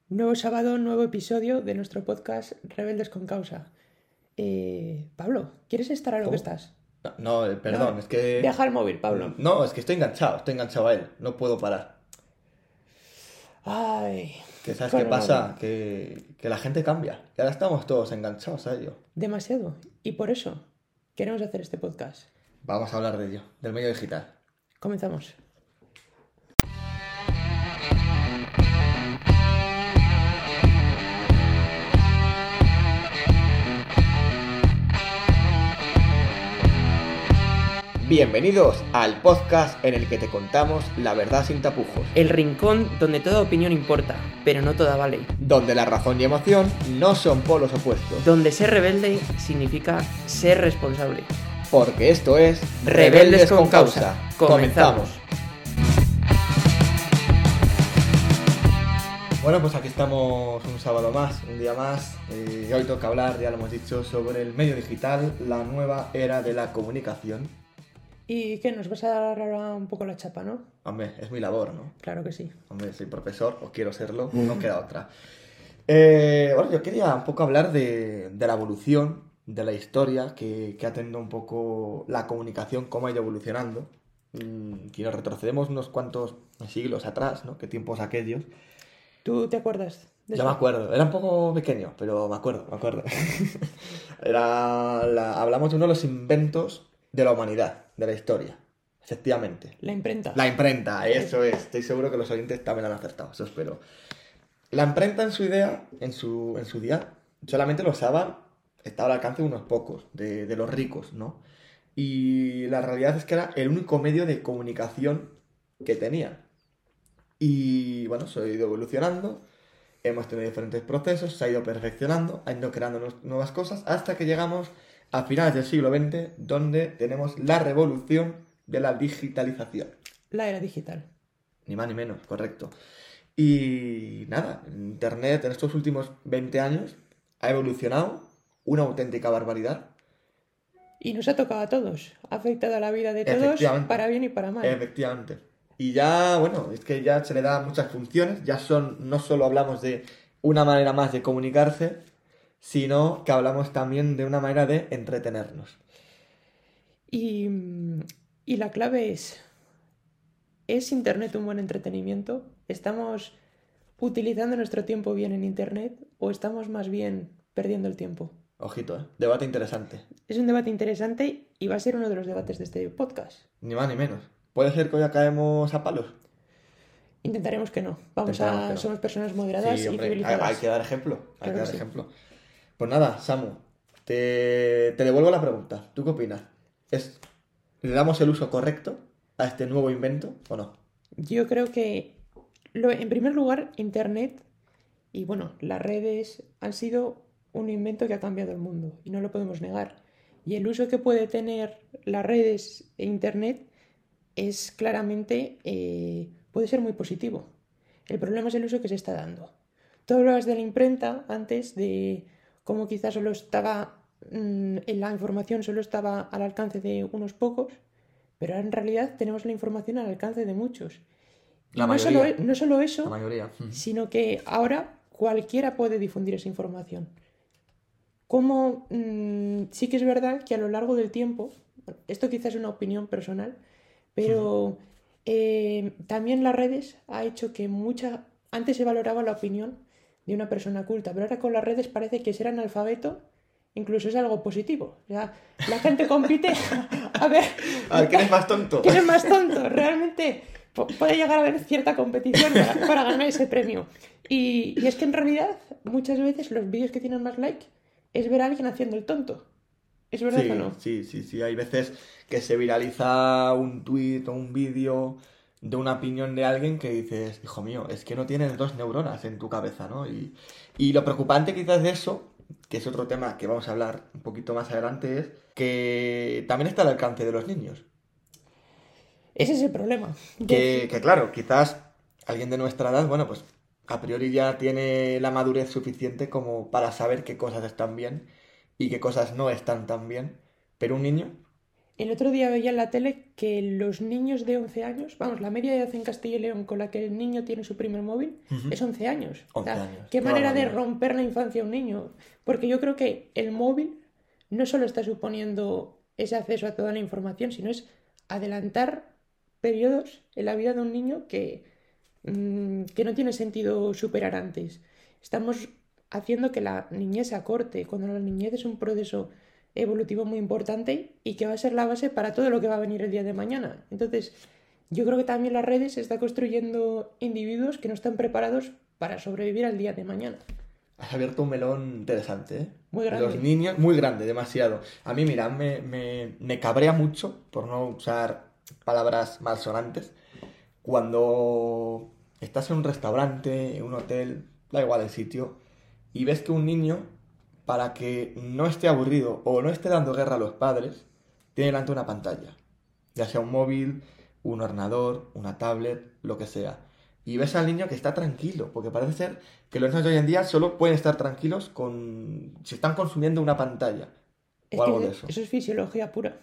Nuevo sábado, nuevo episodio de nuestro podcast Rebeldes con Causa. Pablo, ¿quieres estar a lo que ¿Cómo? estás? No, perdón, No, es que... deja el móvil, Pablo. No, es que estoy enganchado a él, no puedo parar. Ay, Que ¿sabes qué con... pasa? Que la gente cambia, y ahora estamos todos enganchados a ello. demasiado. Y por eso queremos hacer este podcast. Vamos a hablar de ello, del medio digital. Comenzamos. Bienvenidos al podcast en el que te contamos la verdad sin tapujos, El rincón donde toda opinión importa, pero no toda vale. donde la razón y emoción no son polos opuestos, Donde ser rebelde significa ser responsable. porque esto es Rebeldes con Causa. Comenzamos. Bueno, pues aquí estamos un sábado más, un día más. Y hoy toca hablar, ya lo hemos dicho, sobre el medio digital, la nueva era de la comunicación. ¿Y qué? ¿Nos vas a dar ahora un poco la chapa, no? Hombre, es mi labor, ¿no? Claro que sí. Hombre, soy profesor o quiero serlo, no queda otra. Bueno, yo quería un poco hablar de la evolución, de la historia que ha tenido un poco la comunicación, cómo ha ido evolucionando. Si nos retrocedemos unos cuantos siglos atrás, ¿no? ¿Qué tiempos aquellos? ¿Tú te acuerdas de Ya me eso? acuerdo, era un poco pequeño, pero me acuerdo. Hablamos de uno de los inventos de la humanidad, de la historia, efectivamente. La imprenta. La imprenta, eso es. Estoy seguro que los oyentes también lo han acertado, eso espero. La imprenta en su idea, en su día, solamente lo usaban, estaba al alcance de unos pocos, de los ricos, ¿no? Y la realidad es que era el único medio de comunicación que tenían. Y bueno, se ha ido evolucionando, hemos tenido diferentes procesos, se ha ido perfeccionando, ha ido creando nuevas cosas, hasta que llegamos a finales del siglo XX, donde tenemos la revolución de la digitalización. La era digital. Ni más ni menos, correcto. Y nada, Internet en estos últimos 20 años ha evolucionado una auténtica barbaridad. Y nos ha tocado a todos. Ha afectado a la vida de todos Efectivamente, para bien y para mal. efectivamente. Y ya, bueno, es que ya se le da muchas funciones, ya no solo hablamos de una manera más de comunicarse, sino que hablamos también de una manera de entretenernos. Y, y la clave ¿es Internet un buen entretenimiento? ¿Estamos utilizando nuestro tiempo bien en Internet o estamos más bien perdiendo el tiempo? Ojito, debate interesante. Es un debate interesante y va a ser uno de los debates de este podcast. Ni más ni menos. Puede ser que hoy caemos a palos. Intentaremos que no. Vamos Intentaremos que a... no. Somos personas moderadas Sí, y hombre, civilizadas. hay que dar ejemplo. Hay Claro que que dar sí. ejemplo. Pues nada, Samu, te devuelvo la pregunta. ¿Tú qué opinas? ¿Le damos el uso correcto a este nuevo invento o no? Yo creo que, en primer lugar, Internet y bueno, las redes han sido un invento que ha cambiado el mundo y no lo podemos negar. Y el uso que puede tener las redes e Internet es claramente, puede ser muy positivo. El problema es el uso que se está dando. Tú hablabas de la imprenta antes, de cómo quizás solo estaba, la información solo estaba al alcance de unos pocos, pero ahora en realidad tenemos la información al alcance de muchos. Y La no solo, mayoría. no solo La eso, mayoría. sino que ahora cualquiera puede difundir esa información. Como sí que es verdad que a lo largo del tiempo, esto quizás es una opinión personal, pero también las redes ha hecho que antes se valoraba la opinión de una persona culta, pero ahora con las redes parece que ser analfabeto incluso es algo positivo. O sea, la gente compite a ver A ver, ¿quién es más tonto? quién es más tonto. Realmente puede llegar a haber cierta competición para ganar ese premio. Y es que en realidad muchas veces los vídeos que tienen más like es ver a alguien haciendo el tonto. ¿Es verdad o Sí, no? sí. Hay veces que se viraliza un tuit o un vídeo de una opinión de alguien que dices, hijo mío, es que no tienes dos neuronas en tu cabeza, ¿no? Y lo preocupante quizás de eso, que es otro tema que vamos a hablar un poquito más adelante, es que también está al alcance de los niños. Ese es el problema. Que claro, quizás alguien de nuestra edad, bueno, pues a priori ya tiene la madurez suficiente como para saber qué cosas están bien y qué cosas no están tan bien, pero un niño, el otro día veía en la tele que los niños de 11 años, vamos, la media de edad en Castilla y León con la que el niño tiene su primer móvil es 11 años. 11 O sea, años. qué manera de barbaridad. romper la infancia a un niño. Porque yo creo que el móvil no solo está suponiendo ese acceso a toda la información, sino es adelantar periodos en la vida de un niño que no tiene sentido superar antes. Estamos haciendo que la niñez se acorte, cuando la niñez es un proceso evolutivo muy importante y que va a ser la base para todo lo que va a venir el día de mañana. Entonces, yo creo que también las redes se está construyendo individuos que no están preparados para sobrevivir al día de mañana. Has abierto un melón interesante, ¿eh? Muy Los grande. niños, muy grande, demasiado. A mí, mira, me cabrea mucho, por no usar palabras malsonantes, cuando estás en un restaurante, en un hotel, da igual el sitio, y ves que un niño, para que no esté aburrido o no esté dando guerra a los padres, tiene delante una pantalla, ya sea un móvil, un ordenador, una tablet, lo que sea. Y ves al niño que está tranquilo, porque parece ser que los niños de hoy en día solo pueden estar tranquilos si están consumiendo una pantalla Es o algo de que eso. eso es fisiología pura.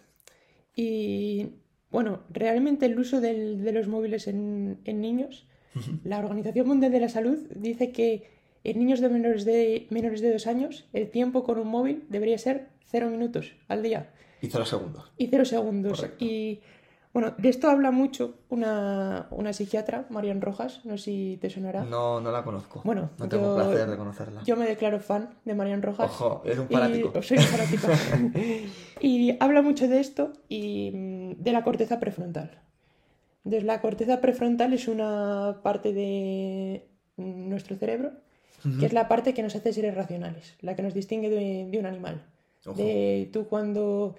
Y bueno, realmente el uso de los móviles en niños, la Organización Mundial de la Salud dice que en niños de menores de 2 años el tiempo con un móvil debería ser 0 minutos al día Y 0 segundos, y 0 segundos. correcto. Y bueno, de esto habla mucho una psiquiatra, Marian Rojas, no sé si te sonará. No, no la conozco. Bueno, No tengo el placer de conocerla. yo me declaro fan de Marian Rojas. Ojo, eres un Y fanático. soy un fanático. Y habla mucho de esto y de la corteza prefrontal. Entonces, la corteza prefrontal es una parte de nuestro cerebro que es la parte que nos hace seres racionales, la que nos distingue de un animal. Ojo. De tú cuando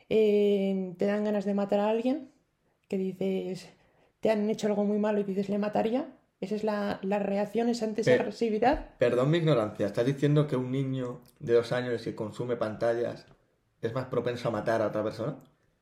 te dan ganas de matar a alguien, que dices, te han hecho algo muy malo y dices, le mataría. Esa es la reacción, es ante esa Pero- agresividad. Perdón mi ignorancia, ¿estás diciendo que un niño de 2 años que consume pantallas es más propenso a matar a otra persona?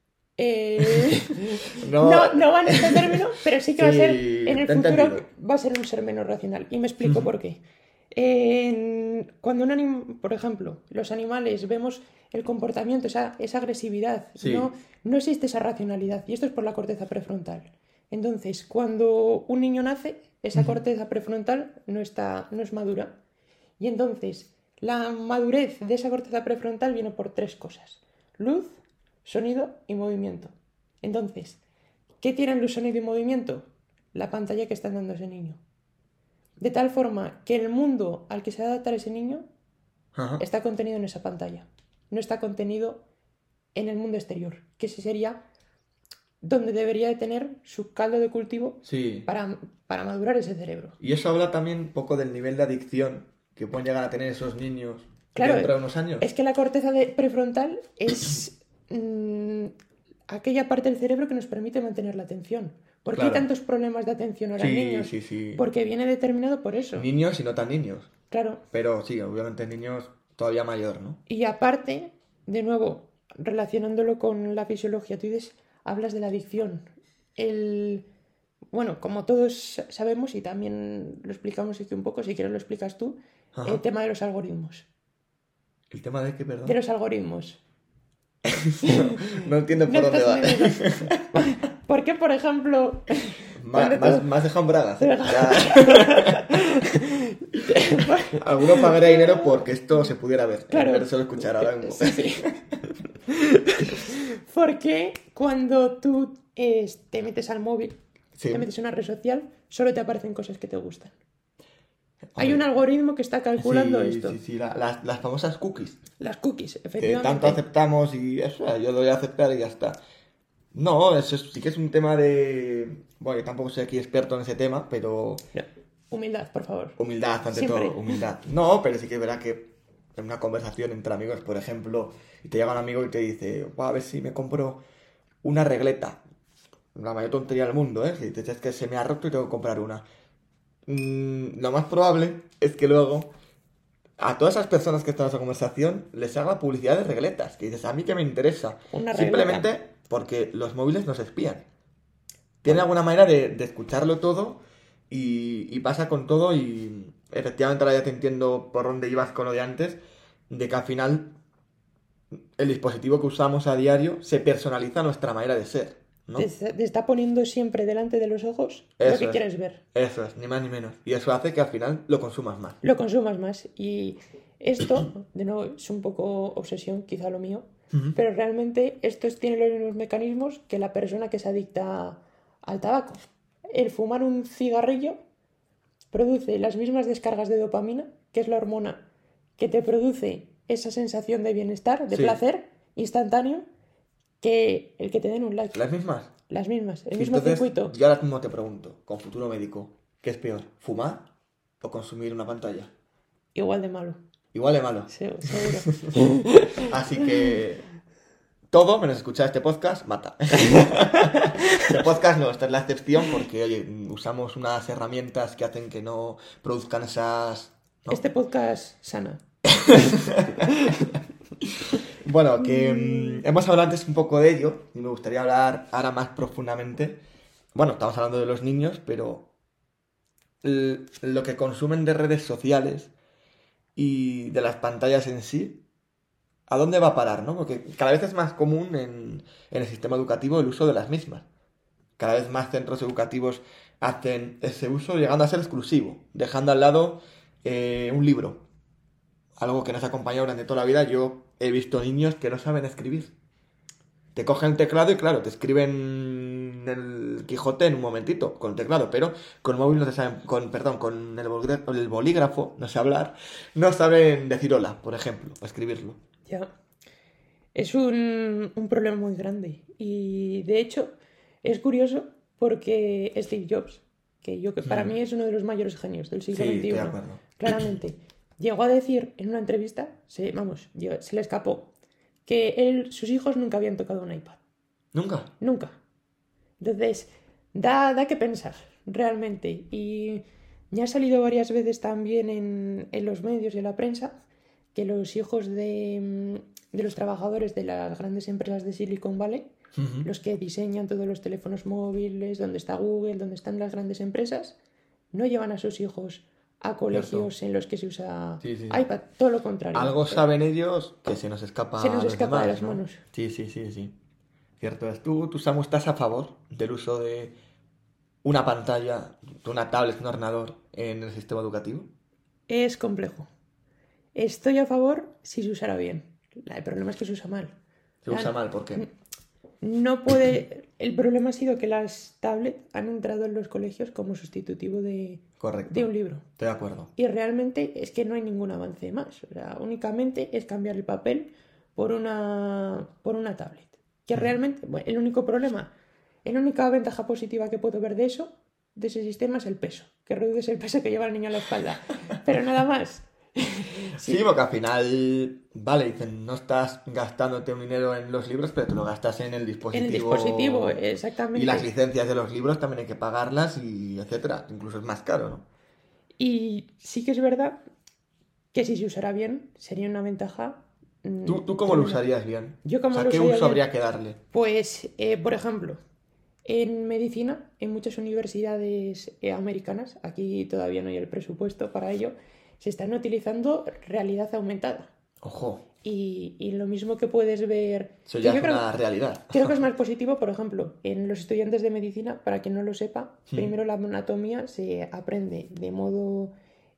No, No va en este término, pero sí que va a ser, sí, en el te he futuro, entendido. va a ser un ser menos racional. Y me explico por qué. Cuando por ejemplo, los animales vemos el comportamiento, esa agresividad, Sí. no existe esa racionalidad. Y esto es por la corteza prefrontal. Entonces, cuando un niño nace, esa corteza prefrontal no es madura. Y entonces, la madurez de esa corteza prefrontal viene por 3 cosas: luz, sonido y movimiento. Entonces, ¿qué tienen luz, sonido y movimiento? La pantalla que está dando ese niño. De tal forma que el mundo al que se va a adaptar ese niño Ajá. está contenido en esa pantalla. No está contenido en el mundo exterior, que ese sería donde debería de tener su caldo de cultivo Sí. para madurar ese cerebro. Y eso habla también un poco del nivel de adicción que pueden llegar a tener esos niños Claro, dentro de unos años. es que la corteza prefrontal es aquella parte del cerebro que nos permite mantener la atención. ¿Por qué hay Claro. tantos problemas de atención ahora en Sí, niños? sí, sí. Porque viene determinado por eso. Niños y no tan niños. Claro. Pero sí, obviamente niños todavía mayor, ¿no? Y aparte, de nuevo, relacionándolo con la fisiología, hablas de la adicción. Bueno, como todos sabemos, y también lo explicamos aquí un poco, si quieres lo explicas tú, Ajá. el tema de los algoritmos. ¿El tema de qué, perdón? De los algoritmos. No entiendo por No dónde estás va. entendiendo. ¿Por qué, por ejemplo, Me has dejado en bragas, ¿eh? Pero- Ya. Alguno pagaría dinero porque esto se pudiera ver. Claro. Pero solo escuchar ahora mismo. Sí, sí. Porque cuando tú te metes al móvil, Sí. te metes en una red social, solo te aparecen cosas que te gustan. Hay Hombre, un algoritmo que está calculando sí, esto. Sí, sí, las famosas cookies. Las cookies, Que efectivamente. tanto aceptamos y eso, yo lo voy a aceptar y ya está. No, sí que es un tema de... Bueno, yo tampoco soy aquí experto en ese tema, pero... No, humildad, por favor. Humildad, ante Siempre. todo, humildad. No, pero sí que es verdad que en una conversación entre amigos, por ejemplo, y te llega un amigo y te dice, "Buah, a ver si me compro una regleta. La mayor tontería del mundo, ¿eh? Si te dices que se me ha roto y tengo que comprar una. Lo más probable es que luego a todas esas personas que están en esa conversación les haga publicidad de regletas. Que dices, a mí que me interesa. Una Simplemente porque los móviles nos espían. Tienen alguna manera de escucharlo todo y pasa con todo y efectivamente ahora ya te entiendo por dónde ibas con lo de antes, de que al final el dispositivo que usamos a diario se personaliza a nuestra manera de ser, ¿no? Te está poniendo siempre delante de los ojos lo Eso que es. quieres ver. Eso es, ni más ni menos. Y eso hace que al final lo consumas más. Lo consumas más. Y esto, de nuevo, es un poco obsesión, quizá lo mío, pero realmente esto tiene los mismos mecanismos que la persona que se adicta al tabaco. El fumar un cigarrillo produce las mismas descargas de dopamina, que es la hormona que te produce esa sensación de bienestar, de Sí. placer instantáneo, que el que te den un like. ¿Las mismas? Las mismas, el Sí, mismo entonces, circuito. yo ahora mismo te pregunto, con futuro médico, ¿qué es peor? ¿Fumar o consumir una pantalla? Igual de malo, Igual de malo. seguro. Así que todo menos escuchar este podcast mata. Este podcast no, esta es la excepción porque, oye, usamos unas herramientas que hacen que no produzcan esas... ¿no? Este podcast sana. Bueno, que hemos hablado antes un poco de ello y me gustaría hablar ahora más profundamente. Bueno, estamos hablando de los niños, pero lo que consumen de redes sociales y de las pantallas en sí, ¿a dónde va a parar, no? Porque cada vez es más común en el sistema educativo el uso de las mismas. Cada vez más centros educativos hacen ese uso, llegando a ser exclusivo, dejando al lado un libro. Algo que nos ha acompañado durante toda la vida. Yo he visto niños que no saben escribir. Te cogen el teclado y claro, te escriben el Quijote en un momentito con el teclado, pero con el móvil no te saben, con el bolígrafo, no sé hablar, no saben decir hola, por ejemplo, o escribirlo. Ya. Es un problema muy grande. Y de hecho, es curioso porque Steve Jobs, que para mí es uno de los mayores genios del siglo Sí, XXI, estoy de acuerdo. claramente, llegó a decir en una entrevista, se le escapó, que sus hijos nunca habían tocado un iPad. Nunca. Nunca. Entonces, da que pensar, realmente. Y ya ha salido varias veces también en los medios y en la prensa que los hijos de los trabajadores de las grandes empresas de Silicon Valley, los que diseñan todos los teléfonos móviles, donde está Google, donde están las grandes empresas, no llevan a sus hijos a colegios en los que se usa Sí, sí. iPad, todo lo contrario. Algo saben ellos que se nos escapa Se nos a los escapa de demás, las ¿no? manos. Sí. Cierto es. ¿Tú, Samu, estás a favor del uso de una pantalla, de una tablet, un ordenador en el sistema educativo? Es complejo. Estoy a favor si se usara bien. El problema es que se usa mal. Se usa mal, ¿por qué? No puede. El problema ha sido que las tablets han entrado en los colegios como sustitutivo de Correcto. un libro. Estoy de acuerdo. Y realmente es que no hay ningún avance más. O sea, únicamente es cambiar el papel por una tablet. Que realmente, bueno, el único problema, la única ventaja positiva que puedo ver de eso, de ese sistema, es el peso. Que reduces el peso que lleva el niño a la espalda. Pero nada más. Sí, porque al final, vale, dicen, no estás gastándote un dinero en los libros, pero te lo gastas en el dispositivo. En el dispositivo, exactamente. Y las licencias de los libros también hay que pagarlas y etcétera. Incluso es más caro, ¿no? Y sí que es verdad que si se usara bien, sería una ventaja. ¿Tú cómo lo usarías bien? Yo cómo o sea, lo ¿qué usaría uso bien? habría que darle? Pues, por ejemplo, en medicina, en muchas universidades americanas, aquí todavía no hay el presupuesto para ello, se están utilizando realidad aumentada. Ojo, Y lo mismo que puedes ver... eso ya yo es una realidad. Creo que es más positivo, por ejemplo, en los estudiantes de medicina, para quien no lo sepa, primero la anatomía se aprende de modo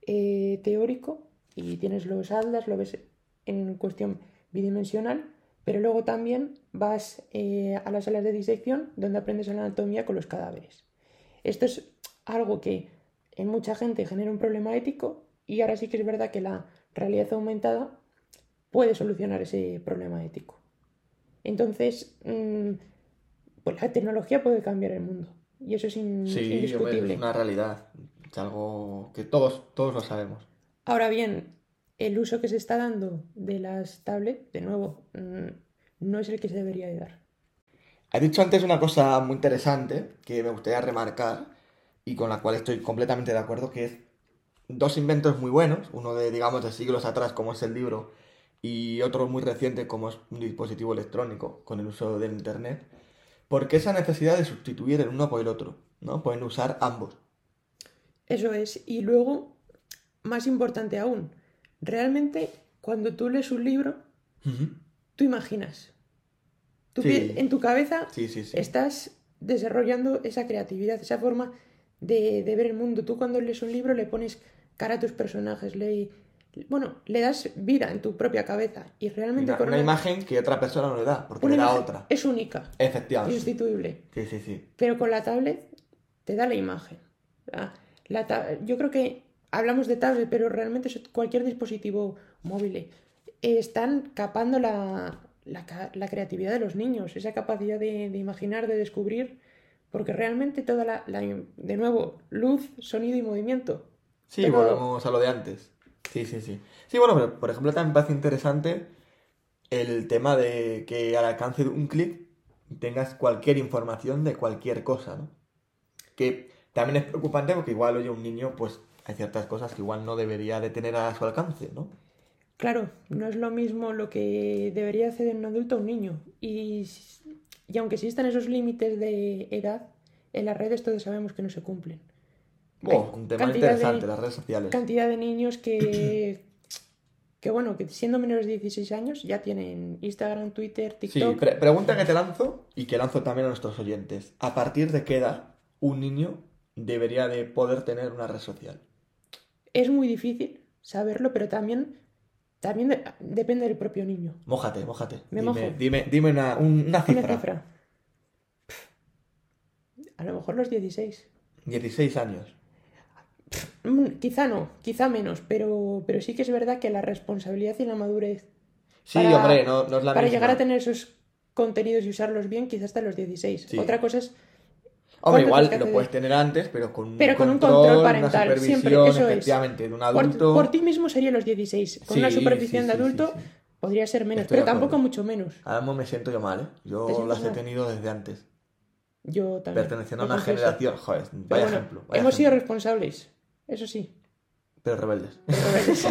teórico y tienes los atlas, lo ves en cuestión bidimensional, pero luego también vas a las salas de disección donde aprendes la anatomía con los cadáveres. Esto es algo que en mucha gente genera un problema ético y ahora sí que es verdad que la realidad aumentada puede solucionar ese problema ético. Entonces, pues la tecnología puede cambiar el mundo y eso es Sí, indiscutible. hombre, es una realidad. Es algo que todos lo sabemos. Ahora bien, el uso que se está dando de las tablets, de nuevo, no es el que se debería de dar. Has dicho antes una cosa muy interesante que me gustaría remarcar y con la cual estoy completamente de acuerdo, que es dos inventos muy buenos, uno de, digamos, de siglos atrás como es el libro y otro muy reciente como es un dispositivo electrónico con el uso del internet, porque esa necesidad de sustituir el uno por el otro, ¿no? Pueden usar ambos. Eso es. Y luego, más importante aún, realmente cuando tú lees un libro, tú imaginas. Sí. En tu cabeza Sí, sí, sí. estás desarrollando esa creatividad, esa forma de ver el mundo. Tú cuando lees un libro le pones cara a tus personajes, le das vida en tu propia cabeza. Y realmente con Una imagen que otra persona no le da, porque una le da imagen otra. es única, Efectivamente. insustituible. Sí, sí, sí. Pero con la tablet te da la imagen. Yo creo que hablamos de tablet, pero realmente cualquier dispositivo móvil están capando la creatividad de los niños, esa capacidad de imaginar, de descubrir, porque realmente de nuevo, luz, sonido y movimiento. Sí, Todo. volvemos a lo de antes. Sí, sí, sí. Sí, bueno, pero por ejemplo también me parece interesante el tema de que al alcance de un clic tengas cualquier información de cualquier cosa, ¿no? Que también es preocupante porque igual, oye, un niño, pues hay ciertas cosas que igual no debería de tener a su alcance, ¿no? Claro, no es lo mismo lo que debería hacer un adulto a un niño. Y aunque existan esos límites de edad, en las redes todos sabemos que no se cumplen. Hay Un tema interesante, las redes sociales. cantidad de niños que siendo menores de 16 años ya tienen Instagram, Twitter, Sí, TikTok. pregunta que te lanzo y que lanzo también a nuestros oyentes. ¿A partir de qué edad un niño debería de poder tener una red social? Es muy difícil saberlo, pero también depende del propio niño. Mójate, mójate. Me mojo. Dime una Una cifra. cifra. A lo mejor los 16. 16 años. Quizá no, quizá menos, pero sí que es verdad que la responsabilidad y la madurez Sí, hombre, no es la para misma. llegar a tener esos contenidos y usarlos bien, quizás hasta los 16. Sí. Otra cosa es Hombre, cuánto igual tienes que lo acceder. puedes tener antes, pero con un control una parental, supervisión, siempre, eso es. efectivamente, de un Por adulto. ti mismo sería los 16. Con una Sí, supervisión sí, de sí, adulto sí, sí. podría ser menos, Estoy pero de acuerdo. tampoco mucho menos. Ahora mismo me siento yo mal, ¿eh? ¿Te Yo sientes las he mal? tenido desde antes. Yo también. Perteneciendo a lo una confieso. generación. Joder, Pero vaya bueno, ejemplo. Vaya hemos sido ejemplo. responsables, eso sí. Pero rebeldes. Rebeldes.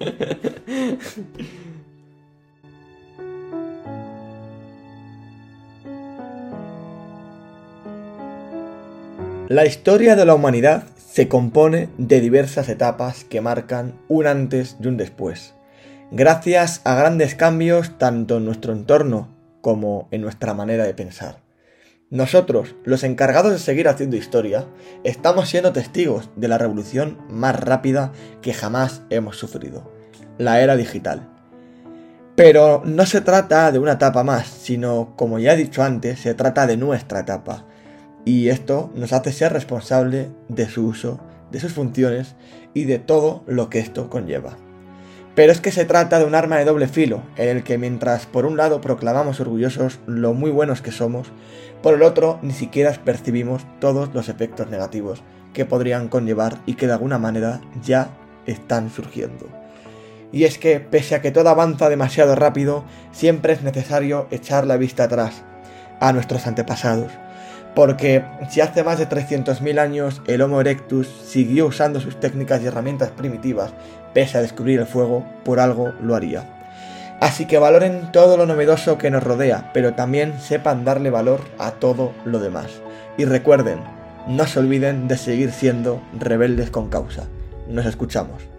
La historia de la humanidad se compone de diversas etapas que marcan un antes y un después, gracias a grandes cambios tanto en nuestro entorno como en nuestra manera de pensar. Nosotros, los encargados de seguir haciendo historia, estamos siendo testigos de la revolución más rápida que jamás hemos sufrido, la era digital. Pero no se trata de una etapa más, sino, como ya he dicho antes, se trata de nuestra etapa. Y esto nos hace ser responsable de su uso, de sus funciones y de todo lo que esto conlleva. Pero es que se trata de un arma de doble filo, en el que mientras por un lado proclamamos orgullosos lo muy buenos que somos, por el otro ni siquiera percibimos todos los efectos negativos que podrían conllevar y que de alguna manera ya están surgiendo. Y es que, pese a que todo avanza demasiado rápido, siempre es necesario echar la vista atrás, a nuestros antepasados. Porque si hace más de 300.000 años el Homo erectus siguió usando sus técnicas y herramientas primitivas, pese a descubrir el fuego, por algo lo haría. Así que valoren todo lo novedoso que nos rodea, pero también sepan darle valor a todo lo demás. Y recuerden, no se olviden de seguir siendo rebeldes con causa. Nos escuchamos.